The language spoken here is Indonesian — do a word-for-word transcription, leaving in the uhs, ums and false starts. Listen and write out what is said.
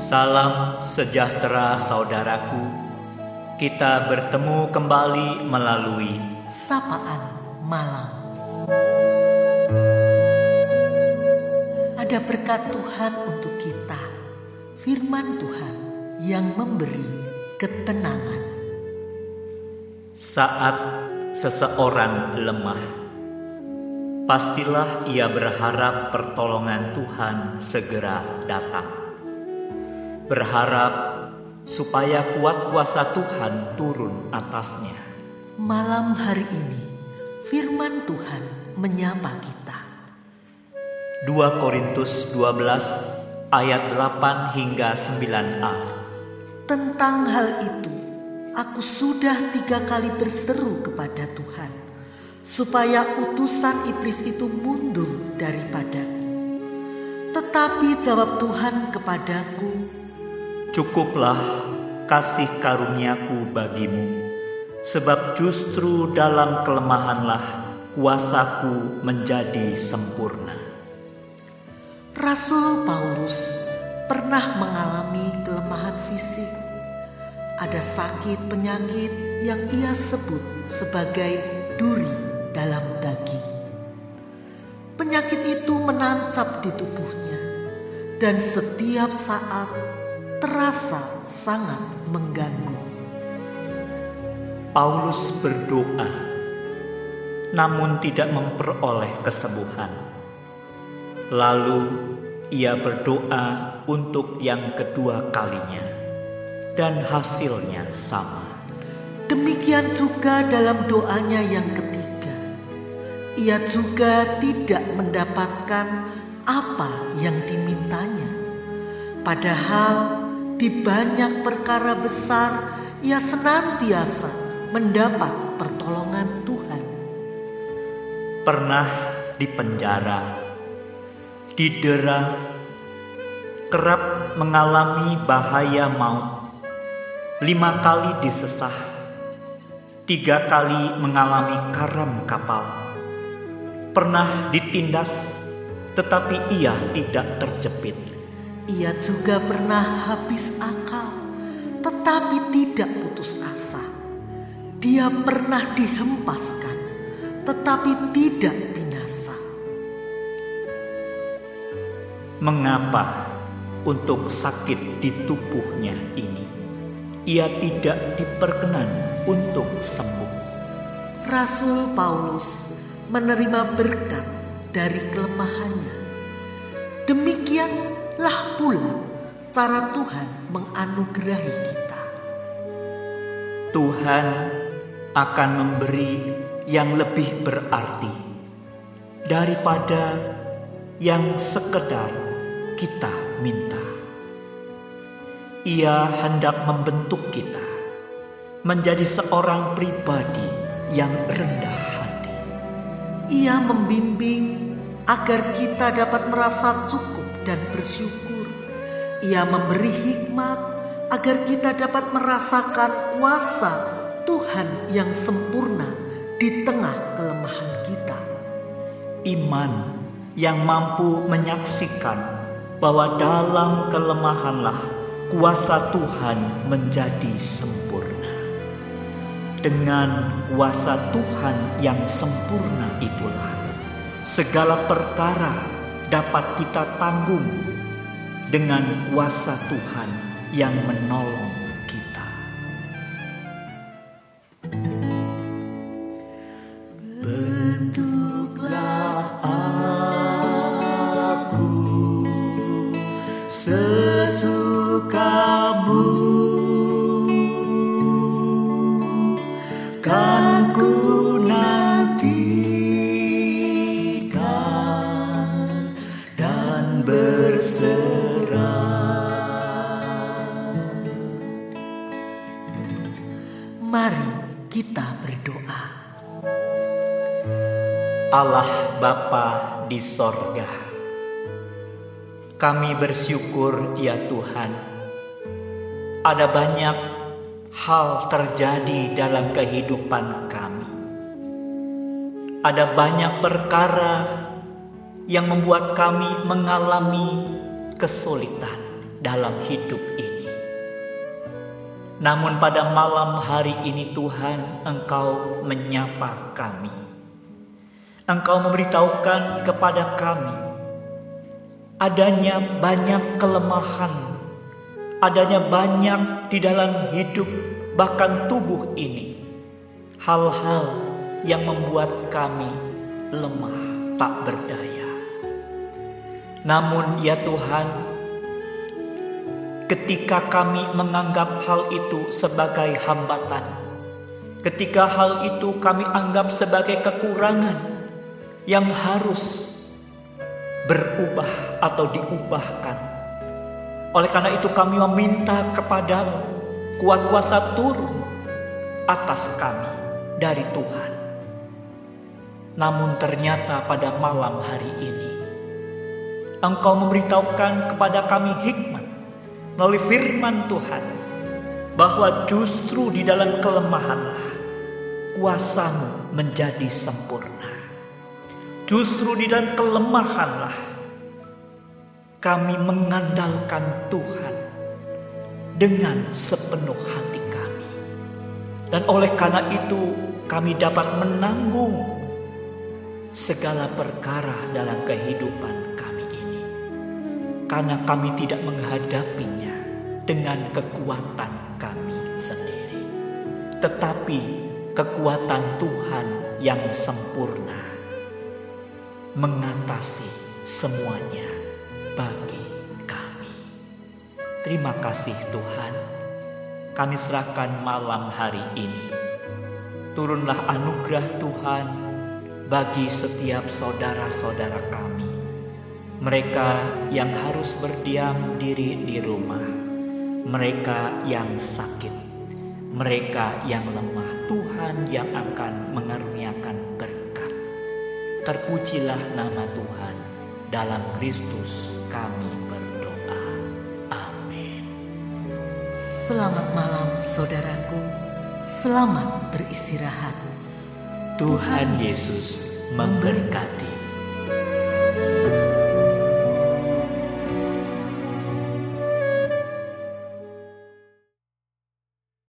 Salam sejahtera saudaraku. Kita bertemu kembali melalui Sapaan Malam. Ada berkat Tuhan untuk kita, firman Tuhan yang memberi ketenangan. Saat seseorang lemah, pastilah ia berharap pertolongan Tuhan segera datang. Berharap supaya kuat kuasa Tuhan turun atasnya. Malam hari ini, firman Tuhan menyapa kita. dua Korintus dua belas ayat delapan hingga sembilan a. Tentang hal itu, aku sudah tiga kali berseru kepada Tuhan, supaya utusan iblis itu mundur daripadaku. Tetapi jawab Tuhan kepadaku, "Cukuplah kasih karuniaku bagimu, sebab justru dalam kelemahanlah kuasaku menjadi sempurna." Rasul Paulus pernah mengalami kelemahan fisik. Ada sakit penyakit yang ia sebut sebagai duri dalam daging. Penyakit itu menancap di tubuhnya dan setiap saat terasa sangat mengganggu. Paulus berdoa, namun tidak memperoleh kesembuhan. Lalu ia berdoa untuk yang kedua kalinya, dan hasilnya sama. Demikian juga dalam doanya yang ketiga, ia juga tidak mendapatkan apa yang dimintanya. Padahal di banyak perkara besar ia senantiasa mendapat pertolongan Tuhan. Pernah dipenjara, didera, kerap mengalami bahaya maut, lima kali disesah, tiga kali mengalami karam kapal, pernah ditindas, tetapi ia tidak terjepit. Ia juga pernah habis akal, tetapi tidak putus asa. Dia pernah dihempaskan, tetapi tidak binasa. Mengapa untuk sakit di tubuhnya ini ia tidak diperkenan untuk sembuh? Rasul Paulus menerima berkat dari kelemahannya. Demikianlah pula cara Tuhan menganugerahi kita. Tuhan akan memberi yang lebih berarti daripada yang sekedar kita minta. Ia hendak membentuk kita menjadi seorang pribadi yang rendah hati. Ia membimbing agar kita dapat merasa cukup dan bersyukur. Ia memberi hikmat agar kita dapat merasakan kuasa Tuhan yang sempurna di tengah kelemahan kita. Iman yang mampu menyaksikan bahwa dalam kelemahanlah kuasa Tuhan menjadi sempurna. Dengan kuasa Tuhan yang sempurna itulah segala perkara dapat kita tanggung dengan kuasa Tuhan yang menolong kita. Bentuklah aku sesukamu, kan ku nantikan dan berserah. Mari kita berdoa. Allah Bapa di sorga, kami bersyukur ya Tuhan, ada banyak hal terjadi dalam kehidupan kami. Ada banyak perkara yang membuat kami mengalami kesulitan dalam hidup ini. Namun pada malam hari ini Tuhan, Engkau menyapa kami. Engkau memberitahukan kepada kami adanya banyak kelemahan, adanya banyak di dalam hidup bahkan tubuh ini, hal-hal yang membuat kami lemah tak berdaya. Namun ya Tuhan, ketika kami menganggap hal itu sebagai hambatan, ketika hal itu kami anggap sebagai kekurangan yang harus berubah atau diubahkan, oleh karena itu kami meminta kepadamu kuat kuasa turun atas kami dari Tuhan. Namun ternyata pada malam hari ini Engkau memberitahukan kepada kami hikmat melalui firman Tuhan, bahwa justru di dalam kelemahanlah kuasa-Mu menjadi sempurna. Justru di dalam kelemahanlah kami mengandalkan Tuhan dengan sepenuh hati kami. Dan oleh karena itu kami dapat menanggung segala perkara dalam kehidupan kami ini, karena kami tidak menghadapinya dengan kekuatan kami sendiri, tetapi kekuatan Tuhan yang sempurna mengatasi semuanya bagi kami. Terima kasih Tuhan, kami serahkan malam hari ini. Turunlah anugerah Tuhan bagi setiap saudara-saudara kami, mereka yang harus berdiam diri di rumah, mereka yang sakit, mereka yang lemah. Tuhan yang akan mengaruniakan berkat. Terpujilah nama Tuhan. Dalam Kristus kami berdoa. Amin. Selamat malam saudaraku, selamat beristirahat. Tuhan Yesus memberkati.